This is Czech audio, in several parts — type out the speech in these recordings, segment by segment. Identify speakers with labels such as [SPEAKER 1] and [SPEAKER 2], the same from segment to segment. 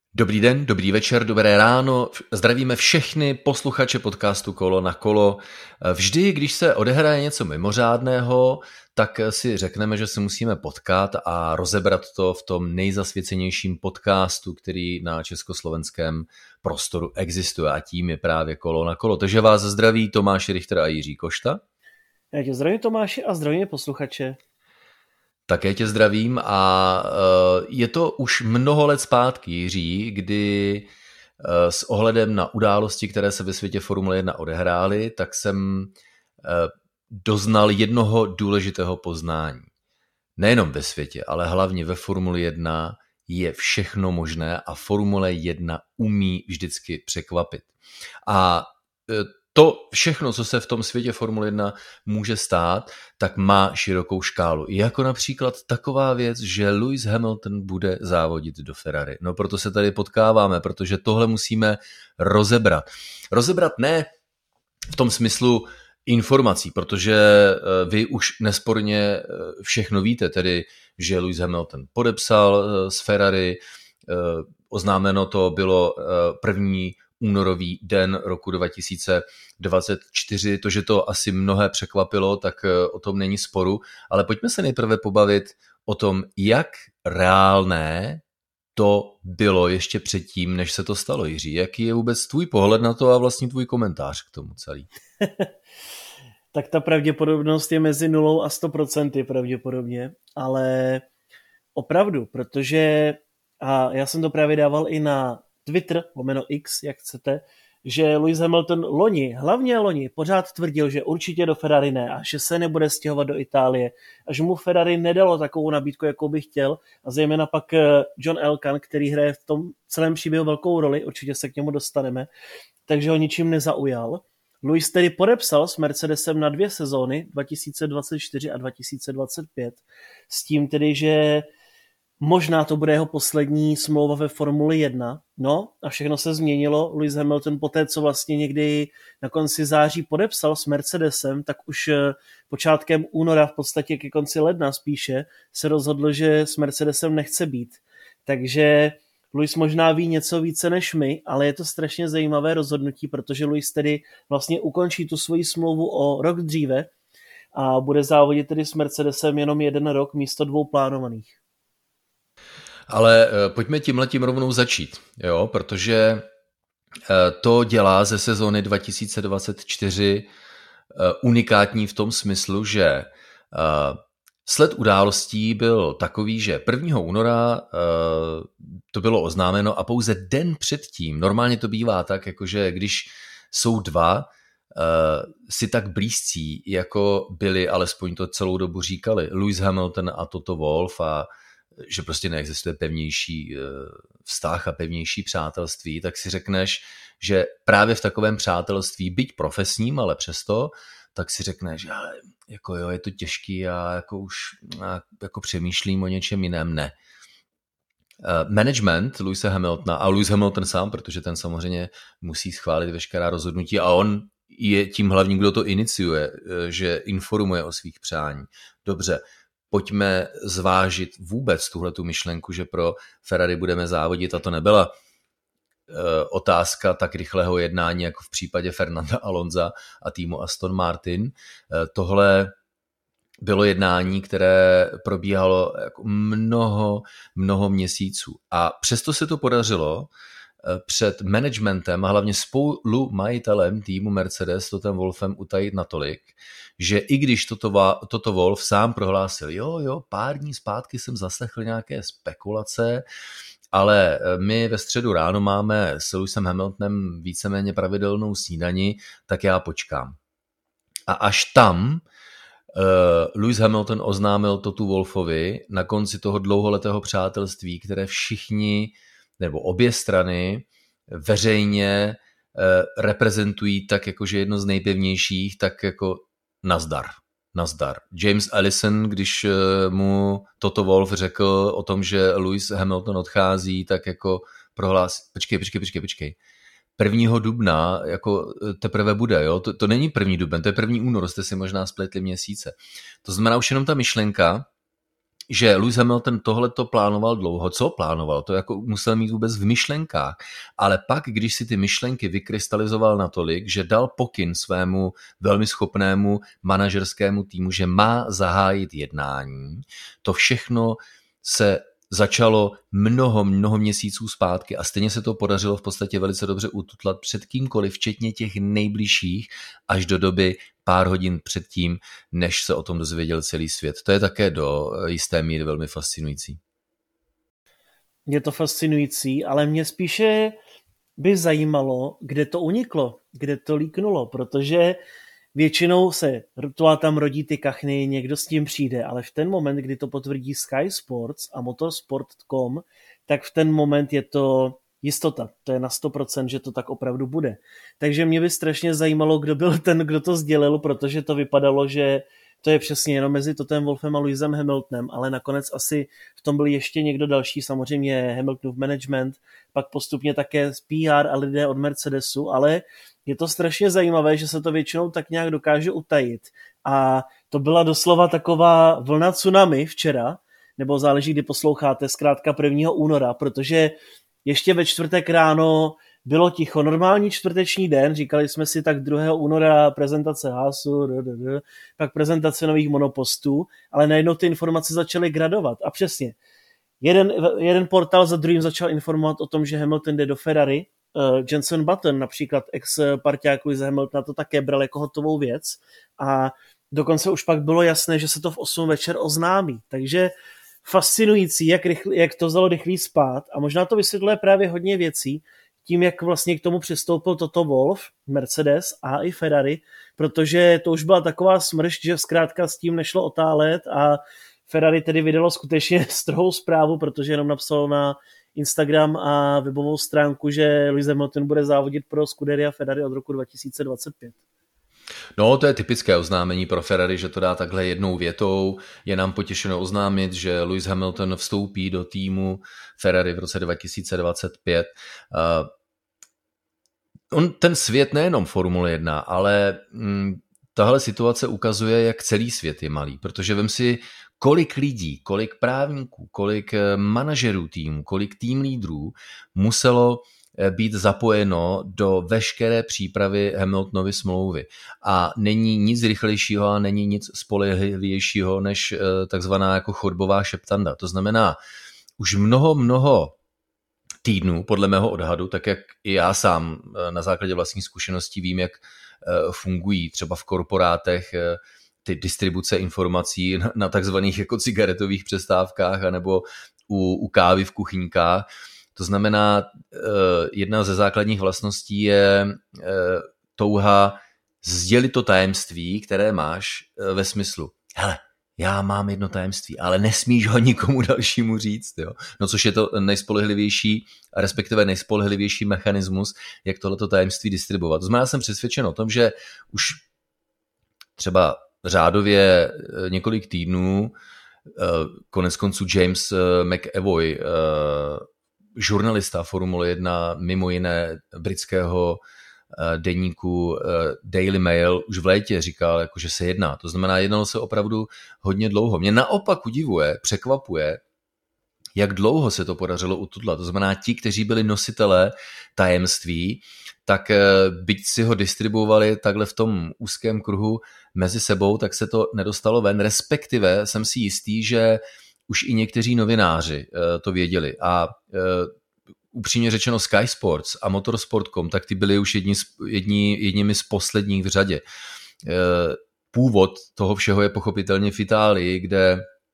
[SPEAKER 1] Dobrý den, dobrý večer, dobré ráno. Zdravíme všechny posluchače podcastu Kolo na kolo. Vždy, když se odehraje něco mimořádného, tak si řekneme, že se musíme potkat a rozebrat to v tom nejzasvěcenějším podcastu, který na československém prostoru existuje, a tím je právě Kolo na kolo. Takže vás zdraví Tomáš Richter a Jiří Košta.
[SPEAKER 2] Já tě zdravím, Tomáši, a zdravím posluchače.
[SPEAKER 1] Také tě zdravím a je to už mnoho let zpátky, Jiří, kdy s ohledem na události, které se ve světě Formule 1 odehrály, tak jsem doznal jednoho důležitého poznání. Nejenom ve světě, ale hlavně ve Formule 1 je všechno možné a Formule 1 umí vždycky překvapit. A to všechno, co se v tom světě Formule 1 může stát, tak má širokou škálu. Jako například taková věc, že Lewis Hamilton bude závodit do Ferrari. No proto se tady potkáváme, protože tohle musíme rozebrat. Rozebrat ne v tom smyslu informací, protože vy už nesporně všechno víte, tedy že Lewis Hamilton podepsal s Ferrari, oznámeno to bylo 1. únorový den roku 2024. To, že to asi mnohé překvapilo, tak o tom není sporu, ale pojďme se nejprve pobavit o tom, jak reálné to bylo ještě předtím, než se to stalo, Jiří. Jaký je vůbec tvůj pohled na to a vlastně tvůj komentář k tomu celý?
[SPEAKER 2] Tak ta pravděpodobnost je mezi 0 a 100% pravděpodobně, ale opravdu, protože, a já jsem to právě dával i na Twitter, /X, jak chcete, že Lewis Hamilton hlavně loni, pořád tvrdil, že určitě do Ferrari ne a že se nebude stěhovat do Itálie a že mu Ferrari nedalo takovou nabídku, jakou by chtěl, a zejména pak John Elkann, který hraje v tom celém příběhu velkou roli, určitě se k němu dostaneme, takže ho ničím nezaujal. Lewis tedy podepsal s Mercedesem na 2 sezóny, 2024 a 2025, s tím tedy, že možná to bude jeho poslední smlouva ve Formuli 1. No a všechno se změnilo. Lewis Hamilton poté, co vlastně někdy na konci září podepsal s Mercedesem, tak už počátkem února, v podstatě ke konci ledna spíše, se rozhodl, že s Mercedesem nechce být. Takže Lewis možná ví něco více než my, ale je to strašně zajímavé rozhodnutí, protože Lewis tedy vlastně ukončí tu svoji smlouvu o rok dříve a bude závodit tedy s Mercedesem jenom 1 rok místo 2 plánovaných.
[SPEAKER 1] Ale pojďme tímhletím rovnou začít, jo? Protože to dělá ze sezóny 2024 unikátní v tom smyslu, že sled událostí byl takový, že 1. února to bylo oznámeno a pouze den předtím, normálně to bývá tak, jakože když jsou dva si tak blízcí, jako byli, alespoň to celou dobu říkali, Lewis Hamilton a Toto Wolff, a že prostě neexistuje pevnější vztah a pevnější přátelství, tak si řekneš, že právě v takovém přátelství, byť profesním, ale přesto, tak si řekneš, že jako jo, je to těžký a jako už jako přemýšlím o něčem jiném. Ne. Management Lewise Hamiltona a Lewis Hamilton sám, protože ten samozřejmě musí schválit veškerá rozhodnutí a on je tím hlavním, kdo to iniciuje, že informuje o svých přání. Dobře, pojďme zvážit vůbec tuhletu myšlenku, že pro Ferrari budeme závodit, a to nebyla otázka tak rychlého jednání, jako v případě Fernanda Alonsa a týmu Aston Martin. Tohle bylo jednání, které probíhalo jako mnoho měsíců. A přesto se to podařilo před managementem a hlavně spolumajitelem týmu Mercedes, Totem Wolffem, utajit natolik, že i když Toto Wolff sám prohlásil, jo, pár dní zpátky jsem zaslechl nějaké spekulace, ale my ve středu ráno máme s Lewisem Hamiltonem víceméně pravidelnou snídani, tak já počkám. A až tam Lewis Hamilton oznámil Totu Wolffovi na konci toho dlouholetého přátelství, které všichni nebo obě strany veřejně reprezentují tak jakože jedno z nejpevnějších, tak jako nazdar. James Allison, když mu Toto Wolff řekl o tom, že Lewis Hamilton odchází, tak jako prohlásil, počkej. 1. dubna jako teprve bude, jo? To není 1. duben, to je 1. únor, jste si možná spletli měsíce. To znamená už jenom ta myšlenka, že Lewis Hamilton tohleto plánoval dlouho. Co plánoval? To jako musel mít vůbec v myšlenkách. Ale pak, když si ty myšlenky vykrystalizoval natolik, že dal pokyn svému velmi schopnému manažerskému týmu, že má zahájit jednání, to všechno se začalo mnoho měsíců zpátky a stejně se to podařilo v podstatě velice dobře ututlat před kýmkoliv, včetně těch nejbližších, až do doby pár hodin předtím, než se o tom dozvěděl celý svět. To je také do jisté míry velmi fascinující.
[SPEAKER 2] Je to fascinující, ale mě spíše by zajímalo, kde to uniklo, kde to líknulo, protože většinou se tam rodí ty kachny, někdo s tím přijde, ale v ten moment, kdy to potvrdí Sky Sports a motorsport.com, tak v ten moment je to jistota. To je na 100%, že to tak opravdu bude. Takže mě by strašně zajímalo, kdo byl ten, kdo to sdělil, protože to vypadalo, že to je přesně jenom mezi Tottem Wolffem a Lewisem Hamiltonem, ale nakonec asi v tom byl ještě někdo další, samozřejmě Hamiltonův management, pak postupně také z PR a lidé od Mercedesu, ale je to strašně zajímavé, že se to většinou tak nějak dokáže utajit. A to byla doslova taková vlna tsunami včera, nebo záleží, kdy posloucháte, zkrátka 1. února, protože ještě ve čtvrtek ráno bylo ticho. Normální čtvrteční den, říkali jsme si tak 2. února prezentace Haasu, pak prezentace nových monopostů, ale najednou ty informace začaly gradovat. A přesně, jeden portál za druhým začal informovat o tom, že Hamilton jde do Ferrari. Jenson Button, například ex-parťáku z Hamiltona, to také bral jako hotovou věc. A dokonce už pak bylo jasné, že se to v 8 večer oznámí. Takže fascinující, jak to vzalo rychlý spát. A možná to vysvětluje právě hodně věcí, tím, jak vlastně k tomu přistoupil Toto Wolff, Mercedes a i Ferrari, protože to už byla taková smršť, že zkrátka s tím nešlo otálet a Ferrari tedy vydalo skutečně strohou zprávu, protože jenom napsal na Instagram a webovou stránku, že Lewis Hamilton bude závodit pro Scuderia Ferrari od roku 2025.
[SPEAKER 1] No, to je typické oznámení pro Ferrari, že to dá takhle jednou větou. Je nám potěšeno oznámit, že Lewis Hamilton vstoupí do týmu Ferrari v roce 2025. Ten svět nejenom Formule 1, ale tahle situace ukazuje, jak celý svět je malý, protože vem si, kolik lidí, kolik právníků, kolik manažerů týmu, kolik tým lídrů muselo být zapojeno do veškeré přípravy Hamiltonovy smlouvy. A není nic rychlejšího a není nic spolehlivějšího než takzvaná jako chodbová šeptanda. To znamená, už mnoho týdnů, podle mého odhadu, tak jak i já sám na základě vlastních zkušeností vím, jak fungují třeba v korporátech ty distribuce informací na takzvaných jako cigaretových přestávkách anebo u kávy v kuchyňkách. To znamená, jedna ze základních vlastností je touha sdělit to tajemství, které máš ve smyslu, hele, já mám jedno tajemství, ale nesmíš ho nikomu dalšímu říct. Jo? No což je to nejspolehlivější, respektive nejspolehlivější mechanismus, jak tohleto tajemství distribuovat. To znamená, jsem přesvědčen o tom, že už třeba řádově několik týdnů, konec konců James McAvoy, žurnalista Formule 1, mimo jiné britského deníku Daily Mail, už v létě říkal, jako, že se jedná. To znamená, jednalo se opravdu hodně dlouho. Mě naopak překvapuje, jak dlouho se to podařilo ututlat. To znamená, ti, kteří byli nositelé tajemství, tak byť si ho distribuovali takhle v tom úzkém kruhu mezi sebou, tak se to nedostalo ven. Respektive jsem si jistý, že už i někteří novináři to věděli. A upřímně řečeno Sky Sports a motorsport.com, tak ty byly už jedními z posledních v řadě. Původ toho všeho je pochopitelně v Itálii, kde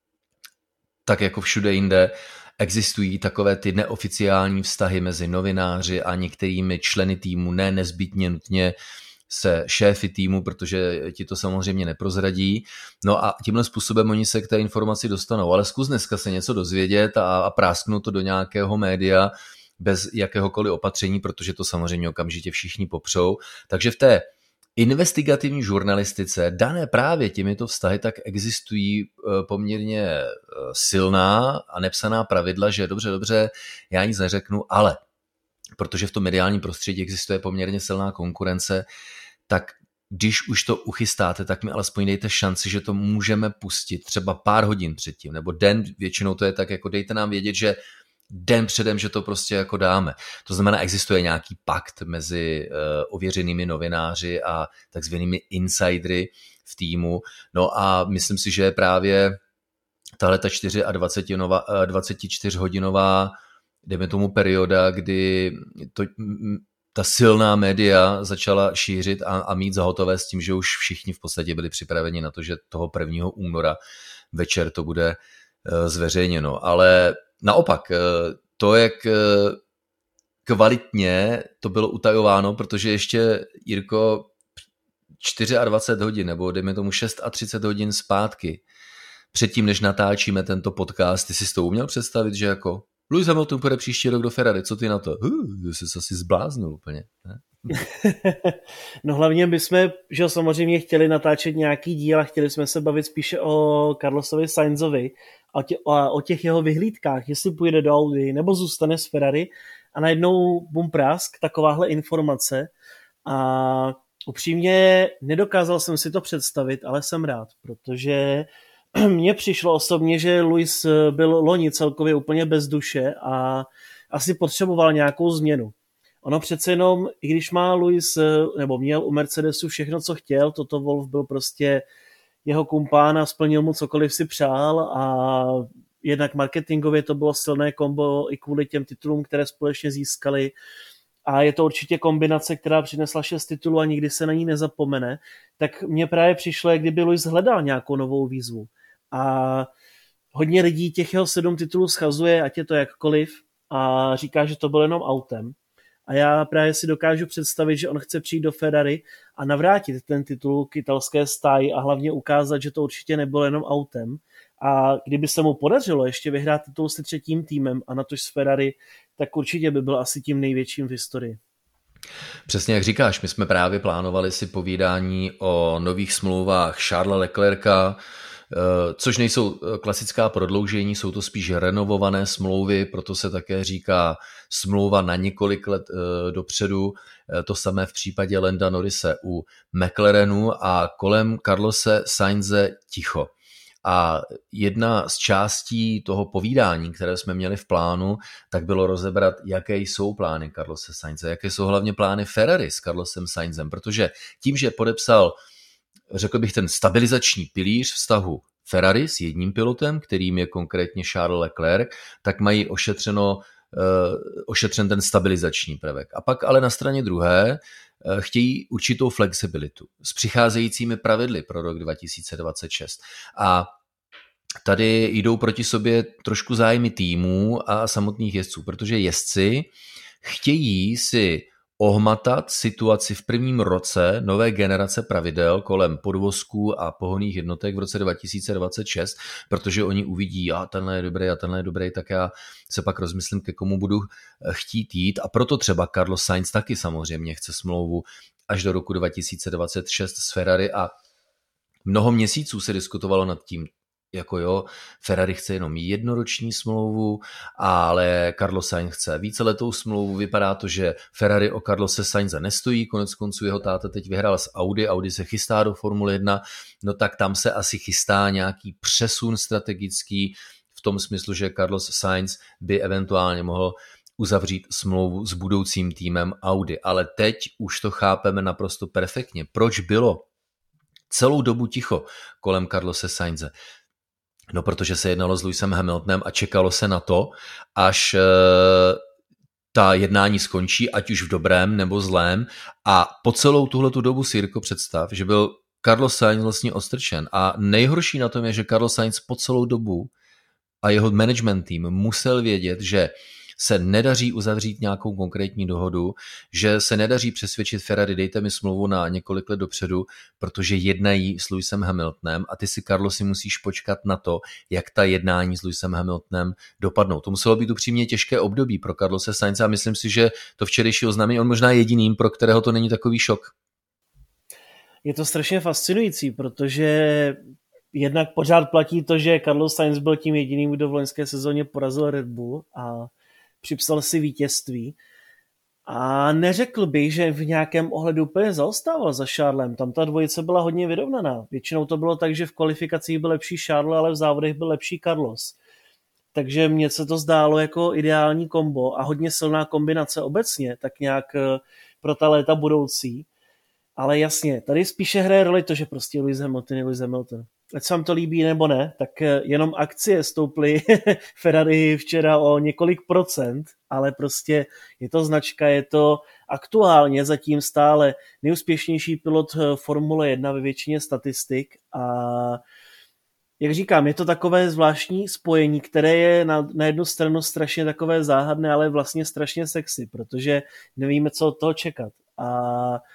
[SPEAKER 1] tak jako všude jinde existují takové ty neoficiální vztahy mezi novináři a některými členy týmu, ne nezbytně nutně se šéfy týmu, protože ti to samozřejmě neprozradí. No a tímhle způsobem oni se k té informaci dostanou. Ale zkus dneska se něco dozvědět a prásknout to do nějakého média bez jakéhokoliv opatření, protože to samozřejmě okamžitě všichni popřou. Takže v té investigativní žurnalistice, dané právě těmito vztahy, tak existují poměrně silná a nepsaná pravidla, že dobře, já nic neřeknu, ale protože v tom mediálním prostředí existuje poměrně silná konkurence, tak když už to uchystáte, tak mi alespoň dejte šanci, že to můžeme pustit třeba pár hodin předtím, nebo den, většinou to je tak, jako dejte nám vědět, že den předem, že to prostě jako dáme. To znamená, existuje nějaký pakt mezi ověřenými novináři a takzvanými insidery v týmu. No a myslím si, že je právě tahle ta 24-hodinová, dejme tomu perioda, kdy ta silná média začala šířit a mít zahotové s tím, že už všichni v podstatě byli připraveni na to, že toho 1. února večer to bude zveřejněno. Ale naopak, to, jak kvalitně to bylo utajováno, protože ještě, Jirko, 24 hodin, nebo dejme tomu 36 hodin zpátky, předtím, než natáčíme tento podcast, ty jsi to uměl představit, že jako Lewis Hamilton půjde příští rok do Ferrari, co ty na to? Jsi se asi zbláznil úplně. Ne?
[SPEAKER 2] No hlavně bychom, že samozřejmě chtěli natáčet nějaký díl a chtěli jsme se bavit spíše o Carlosovi Sainzovi a o těch jeho vyhlídkách, jestli půjde do Audi nebo zůstane s Ferrari a najednou bum prask, takováhle informace a upřímně nedokázal jsem si to představit, ale jsem rád, protože mně přišlo osobně, že Lewis byl loni celkově úplně bez duše a asi potřeboval nějakou změnu. Ono přece jenom, i když má Lewis, nebo měl u Mercedesu všechno, co chtěl, Toto Wolff byl prostě jeho kumpán a splnil mu cokoliv si přál a jednak marketingově to bylo silné kombo i kvůli těm titulům, které společně získali. A je to určitě kombinace, která přinesla 6 titulů a nikdy se na ní nezapomene. Tak mně právě přišlo, jak kdyby Lewis hledal nějakou novou výzvu. A hodně lidí těch jeho 7 titulů schazuje, ať je to jakkoliv, a říká, že to bylo jenom autem. A já právě si dokážu představit, že on chce přijít do Ferrari a navrátit ten titul k italské stáji a hlavně ukázat, že to určitě nebylo jenom autem. A kdyby se mu podařilo ještě vyhrát titul se 3. týmem a natož s Ferrari, tak určitě by byl asi tím největším v historii.
[SPEAKER 1] Přesně jak říkáš, my jsme právě plánovali si povídání o nových smlouvách Charlesa Leclerca, což nejsou klasická prodloužení, jsou to spíš renovované smlouvy, proto se také říká smlouva na několik let dopředu. To samé v případě Landa Norrise u McLarenu a kolem Carlose Sainze ticho. A jedna z částí toho povídání, které jsme měli v plánu, tak bylo rozebrat, jaké jsou plány Carlose Sainze, jaké jsou hlavně plány Ferrari s Carlosem Sainzem, protože tím, že podepsal, řekl bych, ten stabilizační pilíř vztahu Ferrari s jedním pilotem, kterým je konkrétně Charles Leclerc, tak mají ošetřen ten stabilizační prvek. A pak ale na straně druhé chtějí určitou flexibilitu s přicházejícími pravidly pro rok 2026. A tady jdou proti sobě trošku zájmy týmů a samotných jezdců, protože jezdci chtějí si ohmatat situaci v prvním roce nové generace pravidel kolem podvozků a pohonných jednotek v roce 2026, protože oni uvidí, tenhle je dobrý, tak já se pak rozmyslím, ke komu budu chtít jít. A proto třeba Carlos Sainz taky samozřejmě chce smlouvu až do roku 2026 s Ferrari a mnoho měsíců se diskutovalo nad tím, jako Ferrari chce jenom jednoroční smlouvu, ale Carlos Sainz chce víceletou smlouvu. Vypadá to, že Ferrari o Carlose Sainze nestojí, konec konců jeho táta teď vyhrál s Audi se chystá do Formule 1, no tak tam se asi chystá nějaký přesun strategický v tom smyslu, že Carlos Sainz by eventuálně mohl uzavřít smlouvu s budoucím týmem Audi, ale teď už to chápeme naprosto perfektně. Proč bylo celou dobu ticho kolem Carlose Sainze? No, protože se jednalo s Lewisem Hamiltonem a čekalo se na to, až ta jednání skončí, ať už v dobrém nebo zlém. A po celou tuhletu dobu si, Jirko, představ, že byl Carlos Sainz vlastně odstrčen. A nejhorší na tom je, že Carlos Sainz po celou dobu a jeho management tým musel vědět, že se nedaří uzavřít nějakou konkrétní dohodu, že se nedaří přesvědčit Ferrari, dejte mi smlouvu na několik let dopředu, protože jednají s Lewisem Hamiltonem a ty si, Carlosi, musíš počkat na to, jak ta jednání s Lewisem Hamiltonem dopadnou. To muselo být upřímně těžké období pro Carlose Sainze a myslím si, že to včerejší oznámení, on možná jediným, pro kterého to není takový šok.
[SPEAKER 2] Je to strašně fascinující, protože jednak pořád platí to, že Carlos Sainz byl tím jediným, kdo v loňské sezóně porazil Red Bull a připsal si vítězství. A neřekl bych, že v nějakém ohledu úplně zaostával za Charlesem. Tam ta dvojice byla hodně vyrovnaná. Většinou to bylo tak, že v kvalifikacích byl lepší Charles, ale v závodech byl lepší Carlos. Takže mně se to zdálo jako ideální kombo a hodně silná kombinace obecně, tak nějak pro ta léta budoucí. Ale jasně, tady spíše hraje roli to, že prostě Lewis Hamilton je Lewis Hamilton. Ať se vám to líbí nebo ne, tak jenom akcie stouply Ferrari včera o několik procent, ale prostě je to značka, je to aktuálně zatím stále nejúspěšnější pilot Formule 1 ve většině statistik a jak říkám, je to takové zvláštní spojení, které je na jednu stranu strašně takové záhadné, ale vlastně strašně sexy, protože nevíme, co od toho čekat. A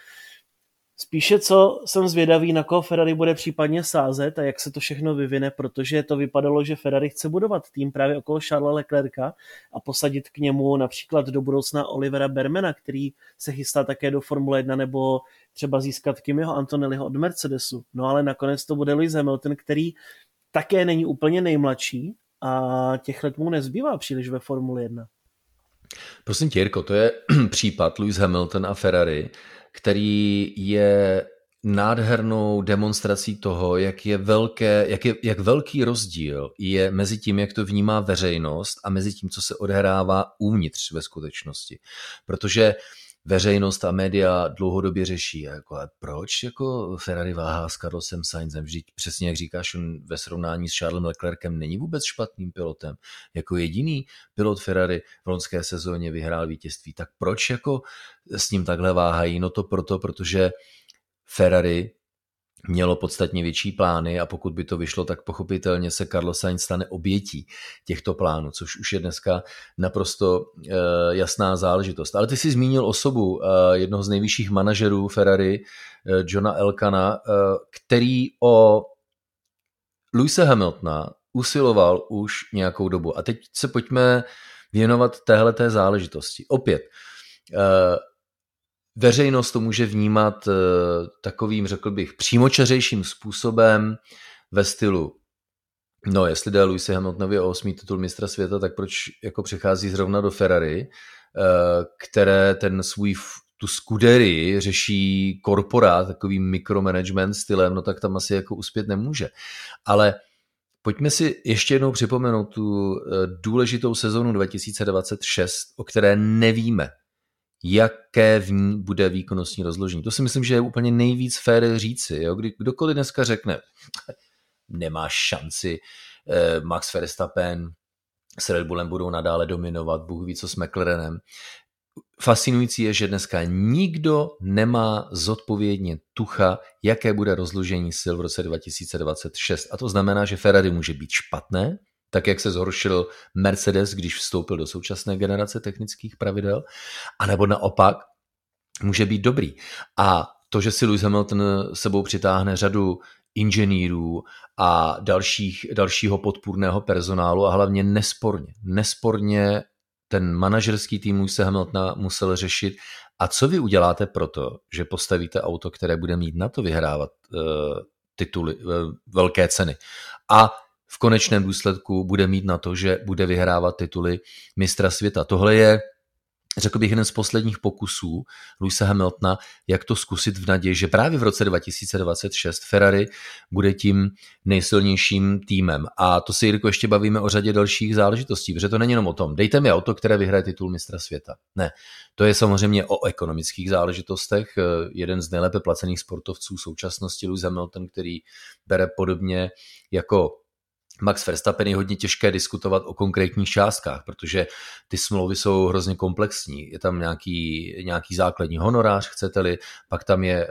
[SPEAKER 2] spíše co jsem zvědavý, na koho Ferrari bude případně sázet a jak se to všechno vyvine, protože to vypadalo, že Ferrari chce budovat tým právě okolo Charlesa Leclerca a posadit k němu například do budoucna Olivera Bermana, který se chystá také do Formule 1, nebo třeba získat Kimiho Antonelliho od Mercedesu. No ale nakonec to bude Lewis Hamilton, který také není úplně nejmladší a těch let mu nezbývá příliš ve Formule 1.
[SPEAKER 1] Prosím tě, Jirko, to je případ Lewis Hamilton a Ferrari, který je nádhernou demonstrací toho, jak velký rozdíl je mezi tím, jak to vnímá veřejnost a mezi tím, co se odehrává uvnitř ve skutečnosti. Protože veřejnost a média dlouhodobě řeší, jako, proč jako Ferrari váhá s Carlosem Sainzem, vždyť přesně jak říkáš, on ve srovnání s Charlesem Leclercem není vůbec špatným pilotem. Jako jediný pilot Ferrari v loňské sezóně vyhrál vítězství. Tak proč jako s ním takhle váhají? No to protože Ferrari mělo podstatně větší plány a pokud by to vyšlo, tak pochopitelně se Carlos Sainz stane obětí těchto plánů, což už je dneska naprosto jasná záležitost. Ale ty jsi zmínil osobu jednoho z nejvyšších manažerů Ferrari, Johna Elkanna, který o Lewise Hamiltona usiloval už nějakou dobu. A teď se pojďme věnovat téhleté záležitosti. Opět, veřejnost to může vnímat takovým, řekl bych, přímočařejším způsobem ve stylu, no jestli jde Lewisi Hamiltonovi o 8. titul mistra světa, tak proč jako přichází zrovna do Ferrari, které tu Scuderii řeší korporát takovým mikromanagement stylem, no tak tam asi jako uspět nemůže. Ale pojďme si ještě jednou připomenout tu důležitou sezonu 2026, o které nevíme, jaké v ní bude výkonnostní rozložení. To si myslím, že je úplně nejvíc fér říci. Jo? Kdokoliv dneska řekne, nemá šanci, Max Verstappen s Red Bullem budou nadále dominovat, Bůh ví co s McLarenem. Fascinující je, že dneska nikdo nemá zodpovědně tucha, jaké bude rozložení sil v roce 2026. A to znamená, že Ferrari může být špatné, tak jak se zhoršil Mercedes, když vstoupil do současné generace technických pravidel, anebo naopak může být dobrý. A to, že si Lewis Hamilton sebou přitáhne řadu inženýrů a dalšího podpůrného personálu a hlavně nesporně ten manažerský tým Lewise Hamiltona musel řešit. A co vy uděláte proto, že postavíte auto, které bude mít na to vyhrávat tituly, velké ceny. A v konečném důsledku bude mít na to, že bude vyhrávat tituly mistra světa. Tohle je, řekl bych, jeden z posledních pokusů Lewise Hamiltona, jak to zkusit v naději, že právě v roce 2026 Ferrari bude tím nejsilnějším týmem. A to se, Jirko, ještě bavíme o řadě dalších záležitostí, protože to není jenom o tom, dejte mi auto, které vyhraje titul mistra světa. Ne, to je samozřejmě o ekonomických záležitostech. Jeden z nejlépe placených sportovců současnosti Lewis Hamilton, který bere podobně jako Max Verstappen, je hodně těžké diskutovat o konkrétních částkách, protože ty smlouvy jsou hrozně komplexní. Je tam nějaký základní honorář, chcete-li, pak tam je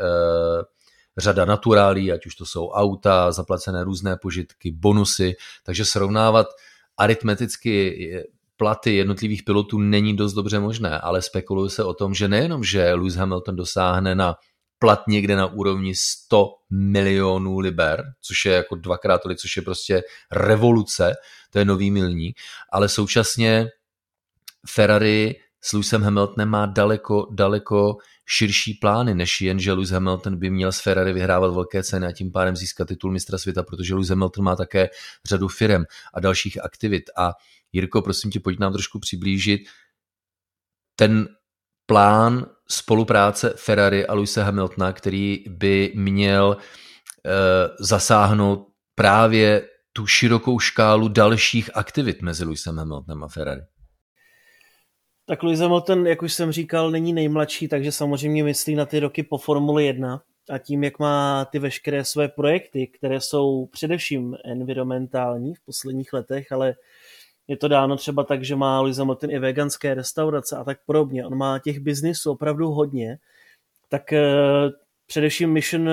[SPEAKER 1] řada naturálí, ať už to jsou auta, zaplacené různé požitky, bonusy, takže srovnávat aritmeticky platy jednotlivých pilotů není dost dobře možné, ale spekuluje se o tom, že nejenom, že Lewis Hamilton dosáhne na plat někde na úrovni 100 milionů liber, což je jako dvakrát tolik, což je prostě revoluce, to je nový milník, ale současně Ferrari s Lewisem Hamiltonem má daleko širší plány, než jen, že Lewis Hamilton by měl s Ferrari vyhrávat velké ceny a tím pádem získat titul mistra světa, protože Lewis Hamilton má také řadu firem a dalších aktivit. A Jirko, prosím tě, pojď nám trošku přiblížit ten plán spolupráce Ferrari a Lewise Hamiltona, který by měl zasáhnout právě tu širokou škálu dalších aktivit mezi Lewisem Hamiltonem a Ferrari?
[SPEAKER 2] Tak Lewis Hamilton, jak už jsem říkal, není nejmladší, takže samozřejmě myslí na ty roky po Formuli 1 a tím, jak má ty veškeré své projekty, které jsou především environmentální v posledních letech, ale je to dáno třeba tak, že má Lewis Hamilton i veganské restaurace a tak podobně. On má těch biznisů opravdu hodně, tak především Mission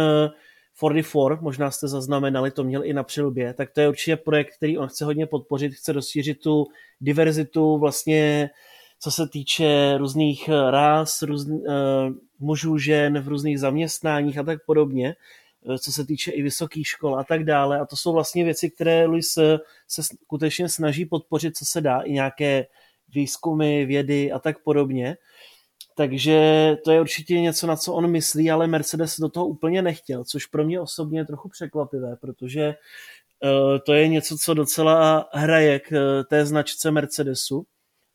[SPEAKER 2] 44, možná jste zaznamenali, to měl i na přilbě, tak to je určitě projekt, který on chce hodně podpořit, chce rozšířit tu diverzitu vlastně, co se týče různých rás, mužů, žen v různých zaměstnáních a tak podobně, co se týče i vysokých škol a tak dále. A to jsou vlastně věci, které Lewis se skutečně snaží podpořit, co se dá, i nějaké výzkumy, vědy a tak podobně. Takže to je určitě něco, na co on myslí, ale Mercedes do toho úplně nechtěl, což pro mě osobně je trochu překvapivé, protože to je něco, co docela hraje k té značce Mercedesu,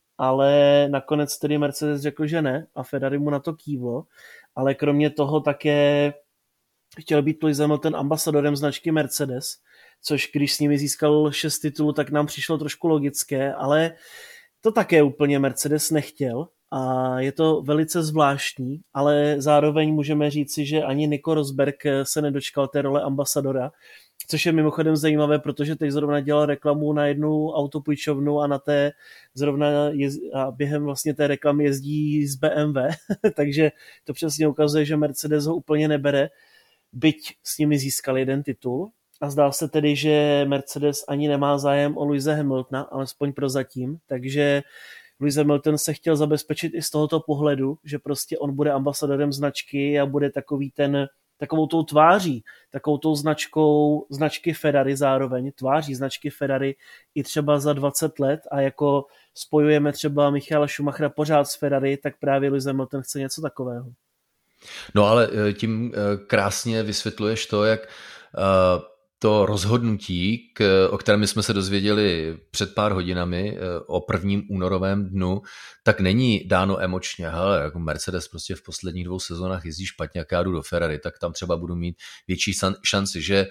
[SPEAKER 2] ale nakonec tedy Mercedes řekl, že ne a Ferrari mu na to kývlo, ale kromě toho také chtěl být Lewis Hamilton ambasadorem značky Mercedes, což když s nimi získal 6 titulů, tak nám přišlo trošku logické, ale to také úplně Mercedes nechtěl a je to velice zvláštní, ale zároveň můžeme říci, že ani Nico Rosberg se nedočkal té role ambasadora, což je mimochodem zajímavé, protože teď zrovna dělal reklamu na jednu autopůjčovnu a na té zrovna a během vlastně té reklamy jezdí z BMW, takže to přesně ukazuje, že Mercedes ho úplně nebere, byť s nimi získal jeden titul. A zdá se tedy, že Mercedes ani nemá zájem o Lewise Hamiltona, alespoň prozatím, takže Lewis Hamilton se chtěl zabezpečit i z tohoto pohledu, že prostě on bude ambasadorem značky a bude takovou tou tváří, takovou tou značky Ferrari zároveň, tváří značky Ferrari i třeba za 20 let a jako spojujeme třeba Michaela Schumachera pořád s Ferrari, tak právě Lewis Hamilton chce něco takového.
[SPEAKER 1] No ale tím krásně vysvětluješ to, jak to rozhodnutí, o kterém jsme se dozvěděli před pár hodinami o 1. únorovém dnu, tak není dáno emočně. Hele, jako Mercedes prostě v posledních 2 sezónách jezdí špatně, jak já jdu do Ferrari, tak tam třeba budu mít větší šanci, že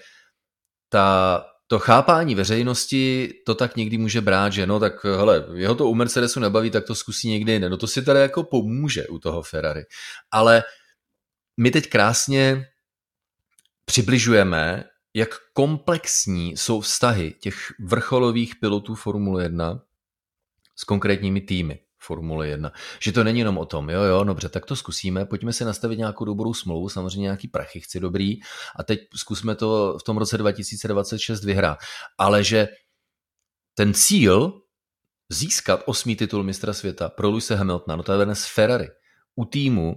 [SPEAKER 1] to chápání veřejnosti to tak někdy může brát, že no tak hele, jeho to u Mercedesu nebaví, tak to zkusí někdy jinde. No to si teda jako pomůže u toho Ferrari. Ale my teď krásně přibližujeme, jak komplexní jsou vztahy těch vrcholových pilotů Formule 1 s konkrétními týmy Formule 1. Že to není jenom o tom, jo, dobře, tak to zkusíme, pojďme si nastavit nějakou dobrou smlouvu, samozřejmě nějaký prachy chci dobrý a teď zkusme to v tom roce 2026 vyhrát. Ale že ten cíl získat 8. titul mistra světa pro Lewise Hamiltona, no to je z Ferrari, u týmu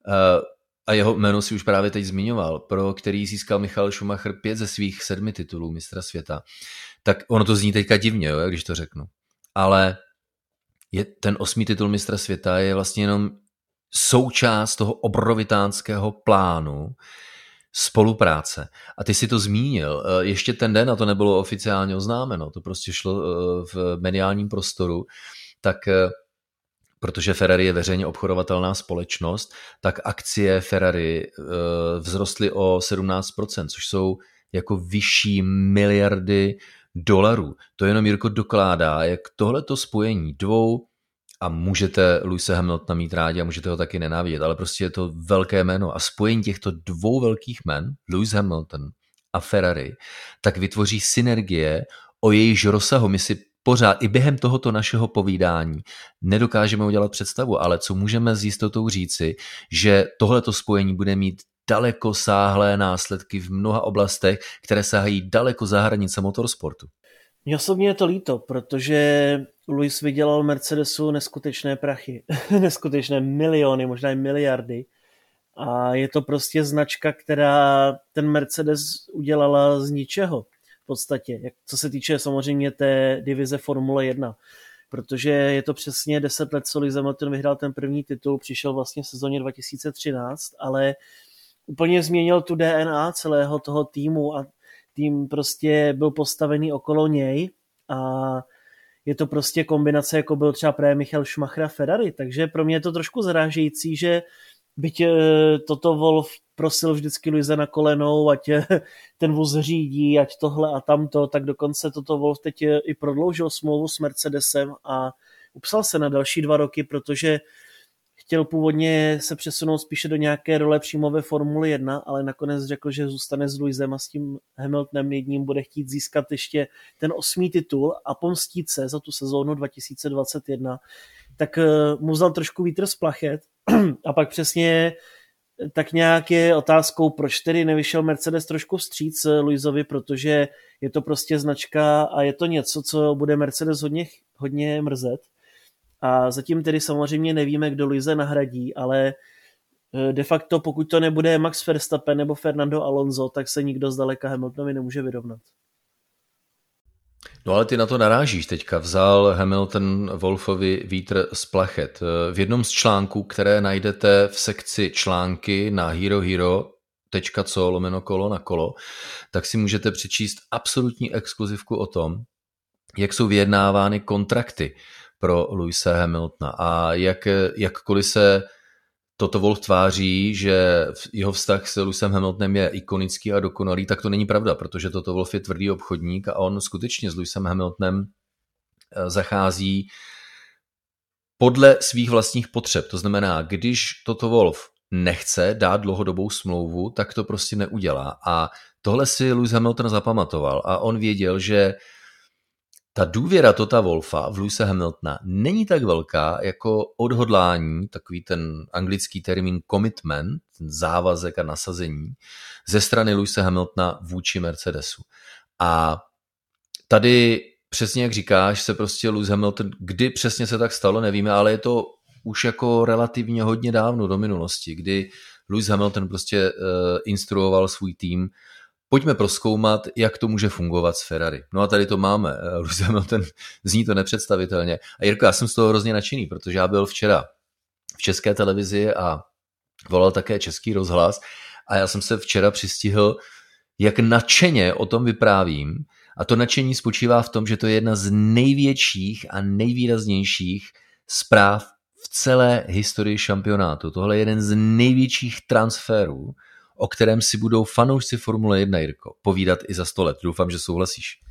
[SPEAKER 1] a jeho jméno si už právě teď zmiňoval, pro který získal Michael Schumacher 5 ze svých 7 titulů mistra světa, tak ono to zní teďka divně, jo, když to řeknu. Ale ten 8. titul mistra světa je vlastně jenom součást toho obrovitánského plánu spolupráce. A ty si to zmínil. Ještě ten den, a to nebylo oficiálně oznámeno, to prostě šlo v mediálním prostoru, tak protože Ferrari je veřejně obchodovatelná společnost, tak akcie Ferrari vzrostly o 17%, což jsou jako vyšší miliardy dolarů. To jenom, Jirko, dokládá, jak tohleto spojení dvou, a můžete Lewise Hamiltona mít rádi a můžete ho taky nenávidět, ale prostě je to velké jméno a spojení těchto 2 velkých jmen, Lewis Hamilton a Ferrari, tak vytvoří synergie, o jejíž rozsahu my si pořád i během tohoto našeho povídání nedokážeme udělat představu, ale co můžeme s jistotou říci, že tohleto spojení bude mít dalekosáhlé následky v mnoha oblastech, které sahají daleko za hranice motorsportu.
[SPEAKER 2] Mně osobně je to líto, protože Lewis vydělal Mercedesu neskutečné prachy, neskutečné miliony, možná i miliardy. A je to prostě značka, která ten Mercedes udělala z ničeho v podstatě, co se týče samozřejmě té divize Formule 1. Protože je to přesně 10 let, co Lewis Hamilton vyhrál ten první titul, přišel vlastně v sezóně 2013, ale úplně změnil tu DNA celého toho týmu a tým prostě byl postavený okolo něj a je to prostě kombinace, jako byl třeba právě Michael Schumacher a Ferrari, takže pro mě je to trošku zarážející, že byť Toto Wolff prosil vždycky Luise na kolenou, ať ten vůz řídí, ať tohle a tamto, tak dokonce Toto Wolff teď i prodloužil smlouvu s Mercedesem a upsal se na další 2 roky, protože chtěl původně se přesunout spíše do nějaké role přímo ve Formuli 1, ale nakonec řekl, že zůstane s Luisem a s tím Hamiltonem jedním bude chtít získat ještě ten 8. titul a pomstít se za tu sezónu 2021. Tak mu vzal trošku vítr z plachet a pak přesně tak nějak je otázkou, proč tedy nevyšel Mercedes trošku vstříc Luisovi, protože je to prostě značka a je to něco, co bude Mercedes hodně mrzet. A zatím tedy samozřejmě nevíme, kdo Luise nahradí, ale de facto pokud to nebude Max Verstappen nebo Fernando Alonso, tak se nikdo zdaleka Hamiltonovi nemůže vyrovnat.
[SPEAKER 1] No ale ty na to narážíš teďka. Vzal Hamilton Wolffovi vítr z plachet. V jednom z článků, které najdete v sekci články na herohero.co/kolo na kolo, tak si můžete přečíst absolutní exkluzivku o tom, jak jsou vyjednávány kontrakty pro Lewise Hamiltona a jakkoliv se Toto Wolff tváří, že jeho vztah s Lewisem Hamiltonem je ikonický a dokonalý, tak to není pravda, protože Toto Wolff je tvrdý obchodník a on skutečně s Lewisem Hamiltonem zachází podle svých vlastních potřeb. To znamená, když Toto Wolff nechce dát dlouhodobou smlouvu, tak to prostě neudělá. A tohle si Lewis Hamilton zapamatoval a on věděl, že ta důvěra Tota Wolffa v Lewise Hamiltona není tak velká jako odhodlání, takový ten anglický termín commitment, ten závazek a nasazení ze strany Lewise Hamiltona vůči Mercedesu. A tady přesně jak říkáš, se prostě Lewis Hamilton, kdy přesně se tak stalo, nevíme, ale je to už jako relativně hodně dávno do minulosti, kdy Lewis Hamilton prostě instruoval svůj tým, pojďme prozkoumat, jak to může fungovat s Ferrari. No a tady to máme. Lewis Hamilton, zní to nepředstavitelně. A Jirko, já jsem z toho hrozně nadšený, protože já byl včera v České televizi a volal také Český rozhlas a já jsem se včera přistihl, jak nadšeně o tom vyprávím. A to nadšení spočívá v tom, že to je jedna z největších a nejvýraznějších zpráv v celé historii šampionátu. Tohle je jeden z největších transferů, o kterém si budou fanoušci Formule 1, Jirko, povídat i za 100 let. Doufám, že souhlasíš.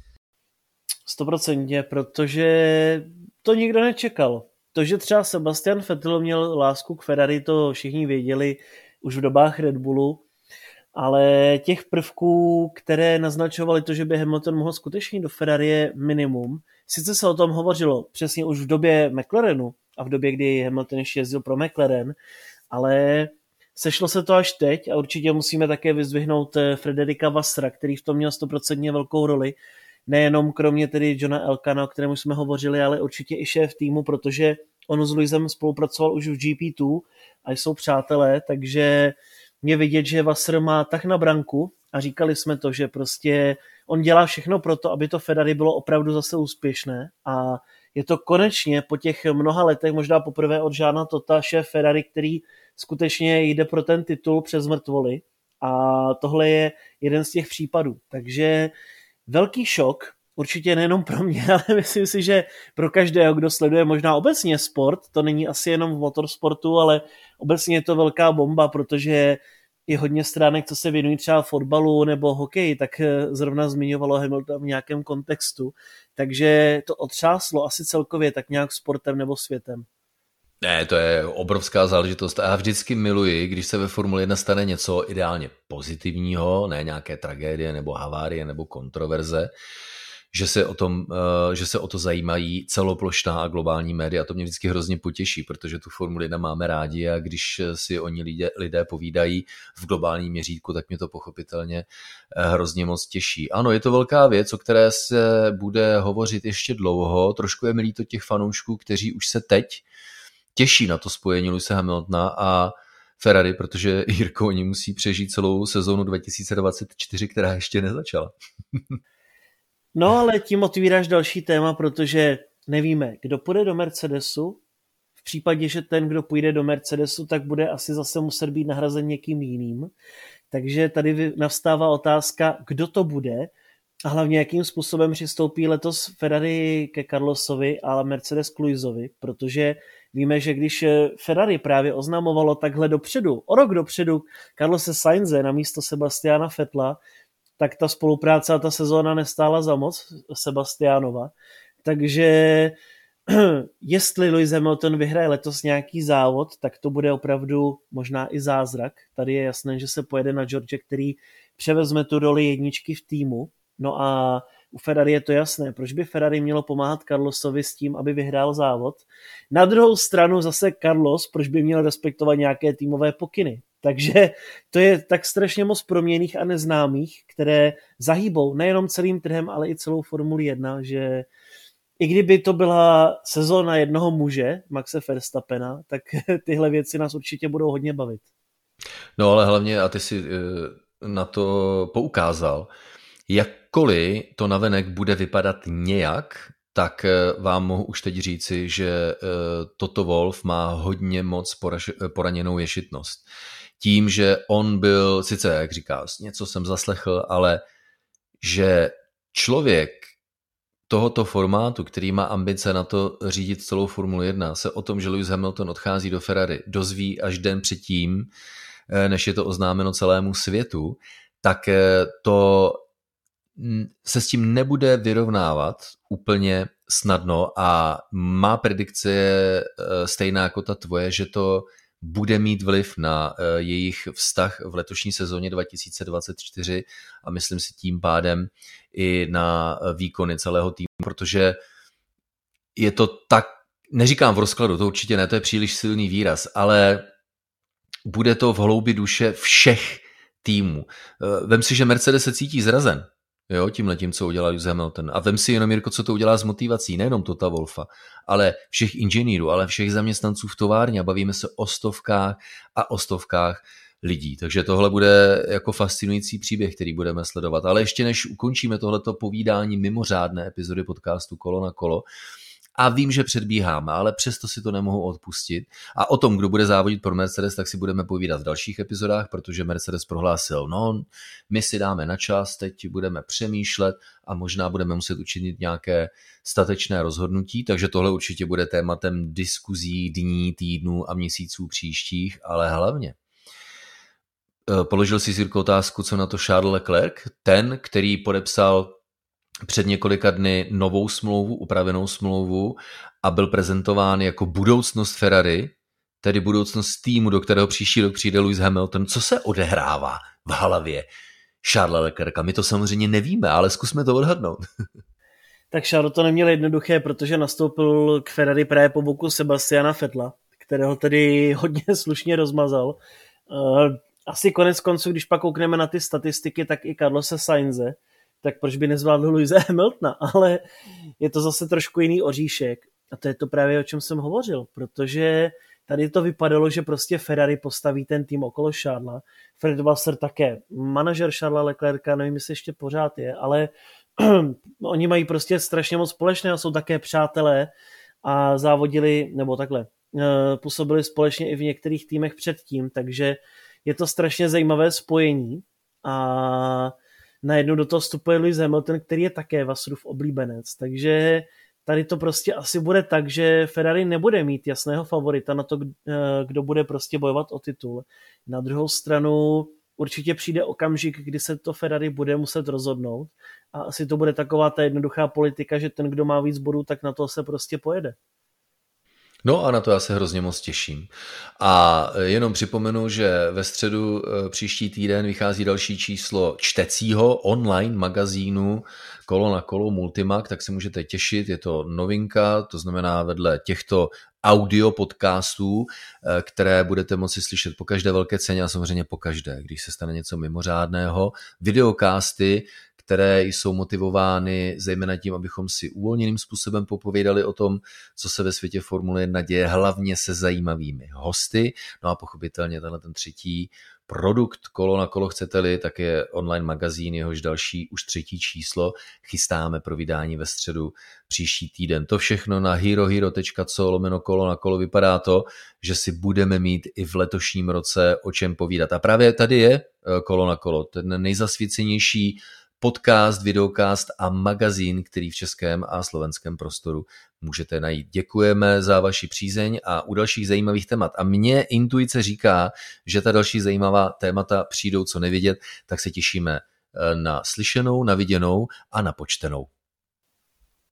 [SPEAKER 2] 100%, protože to nikdo nečekal. To, že třeba Sebastian Vettel měl lásku k Ferrari, to všichni věděli už v dobách Red Bullu, ale těch prvků, které naznačovaly to, že by Hamilton mohl skutečně do Ferrari, je minimum. Sice se o tom hovořilo přesně už v době McLarenu a v době, kdy Hamilton ještě jezdil pro McLaren, ale sešlo se to až teď a určitě musíme také vyzdvihnout Frederika Vassra, který v tom měl 100% velkou roli. Nejenom kromě tedy Johna Elkana, o kterém jsme hovořili, ale určitě i šéf týmu, protože on s Lewisem spolupracoval už v GP2 a jsou přátelé, takže mě vidět, že Vassr má tak na branku a říkali jsme to, že prostě on dělá všechno pro to, aby to Ferrari bylo opravdu zase úspěšné a je to konečně po těch mnoha letech, možná poprvé od Jeana Tota, šéf Ferrari, který skutečně jde pro ten titul přes mrtvoly a tohle je jeden z těch případů. Takže velký šok, určitě nejenom pro mě, ale myslím si, že pro každého, kdo sleduje možná obecně sport, to není asi jenom v motorsportu, ale obecně je to velká bomba, protože je hodně stránek, co se věnují třeba fotbalu nebo hokeji, tak zrovna zmiňovalo Hamilton v nějakém kontextu. Takže to otřáslo asi celkově tak nějak sportem nebo světem.
[SPEAKER 1] Ne, to je obrovská záležitost a já vždycky miluji, když se ve Formule 1 stane něco ideálně pozitivního, ne nějaké tragédie nebo havárie nebo kontroverze, že se o to zajímají celoplošná a globální média. To mě vždycky hrozně potěší, protože tu Formuli 1 máme rádi a když si o ní lidé povídají v globálním měřítku, tak mě to pochopitelně hrozně moc těší. Ano, je to velká věc, o které se bude hovořit ještě dlouho. Trošku je mi líto těch fanoušků, kteří už se teď těší na to spojení Lewise Hamiltona a Ferrari, protože Jirko, oni musí přežít celou sezónu 2024, která ještě nezačala.
[SPEAKER 2] No ale tím otvíráš další téma, protože nevíme, kdo půjde do Mercedesu. V případě, že ten, kdo půjde do Mercedesu, tak bude asi zase muset být nahrazen někým jiným. Takže tady nastává otázka, kdo to bude. a hlavně jakým způsobem přistoupí letos Ferrari ke Carlosovi a Mercedes k Lewisovi, protože víme, že když Ferrari právě oznamovalo takhle dopředu, o rok dopředu Carlose Sainze na místo Sebastiana Vettela, tak ta spolupráce a ta sezóna nestála za moc Sebastianova. Takže jestli Lewis Hamilton vyhraje letos nějaký závod, tak to bude opravdu možná i zázrak. Tady je jasné, že se pojede na George, který převezme tu roli jedničky v týmu. No a u Ferrari je to jasné. Proč by Ferrari mělo pomáhat Carlosovi s tím, aby vyhrál závod? Na druhou stranu zase Carlos, proč by měl respektovat nějaké týmové pokyny? Takže to je tak strašně moc proměnných a neznámých, které zahýbou nejenom celým trhem, ale i celou Formuli 1, že i kdyby to byla sezóna jednoho muže, Maxe Verstappena, tak tyhle věci nás určitě budou hodně bavit.
[SPEAKER 1] No ale hlavně, a ty si na to poukázal, jakkoliv to navenek bude vypadat nějak, tak vám mohu už teď říci, že Toto Wolff má hodně moc poraněnou ješitnost. Tím, že on byl, sice jak říkáš, něco jsem zaslechl, ale že člověk tohoto formátu, který má ambice na to řídit celou Formuli 1, se o tom, že Lewis Hamilton odchází do Ferrari, dozví až den předtím, než je to oznámeno celému světu, tak to se s tím nebude vyrovnávat úplně snadno a má predikce stejná jako ta tvoje, že to bude mít vliv na jejich vztah v letošní sezóně 2024 a myslím si tím pádem i na výkony celého týmu, protože je to tak, neříkám v rozkladu, to určitě ne, to je příliš silný výraz, ale bude to v hloubi duše všech týmů. Vem si, že Mercedes se cítí zrazen, jo, tímhletím, co udělal Lewis Hamilton. A vem si jenom, Jirko, co to udělá s motivací, nejenom Tota Wolffa, ale všech inženýrů, ale všech zaměstnanců v továrně a bavíme se o stovkách a o stovkách lidí. Takže tohle bude jako fascinující příběh, který budeme sledovat. Ale ještě než ukončíme tohleto povídání mimořádné epizody podcastu Kolo na kolo, a vím, že předbíháme, ale přesto si to nemohu odpustit. A o tom, kdo bude závodit pro Mercedes, tak si budeme povídat v dalších epizodách, protože Mercedes prohlásil, no, my si dáme na čas, teď budeme přemýšlet a možná budeme muset učinit nějaké statečné rozhodnutí, takže tohle určitě bude tématem diskuzí dní, týdnů a měsíců příštích, ale hlavně položil si Jirko otázku, co na to Charles Leclerc, ten, který podepsal před několika dny novou smlouvu, upravenou smlouvu a byl prezentován jako budoucnost Ferrari, tedy budoucnost týmu, do kterého příští rok přijde Lewis Hamilton. Co se odehrává v hlavě Charlesa Leclerca? My to samozřejmě nevíme, ale zkusme to odhadnout.
[SPEAKER 2] Tak Charles to neměl jednoduché, protože nastoupil k Ferrari právě po boku Sebastiana Vettela, kterého tedy hodně slušně rozmazal. Asi konec konců, když pak koukneme na ty statistiky, tak i Carlose Sainze, tak proč by nezvládl Lewise Hamiltona, ale je to zase trošku jiný oříšek a to je to právě, o čem jsem hovořil, protože tady to vypadalo, že prostě Ferrari postaví ten tým okolo Charlesa, Fred Vasseur také, manažer Charlesa Leclerca, nevím, jestli ještě pořád je, ale oni mají prostě strašně moc společného, jsou také přátelé a závodili, nebo takhle, působili společně i v některých týmech předtím, takže je to strašně zajímavé spojení a najednou do toho vstupuje Lewis Hamilton, který je také Vasseurův oblíbenec. Takže tady to prostě asi bude tak, že Ferrari nebude mít jasného favorita na to, kdo bude prostě bojovat o titul. Na druhou stranu určitě přijde okamžik, kdy se to Ferrari bude muset rozhodnout a asi to bude taková ta jednoduchá politika, že ten, kdo má víc bodů, tak na to se prostě pojede.
[SPEAKER 1] No a na to já se hrozně moc těším. A jenom připomenu, že ve středu příští týden vychází další číslo čtecího online magazínu Kolo na kolo Multimag, tak se můžete těšit, je to novinka, to znamená vedle těchto audio podcastů, které budete moci slyšet po každé velké ceně a samozřejmě po každé, když se stane něco mimořádného, videokásty, které jsou motivovány zejména tím, abychom si uvolněným způsobem popovídali o tom, co se ve světě Formule 1 děje, hlavně se zajímavými hosty. No a pochopitelně tenhle ten třetí produkt Kolo na kolo, chcete-li, tak je online magazín, jehož další už třetí číslo chystáme pro vydání ve středu příští týden. To všechno na herohero.co/kolo na kolo. Vypadá to, že si budeme mít i v letošním roce o čem povídat. A právě tady je Kolo na kolo, ten nejzasvěcenější podcast, videokast a magazín, který v českém a slovenském prostoru můžete najít. Děkujeme za vaši přízeň a u dalších zajímavých témat. A mně intuice říká, že ta další zajímavá témata přijdou co nevidět, tak se těšíme na slyšenou, na viděnou a na počtenou.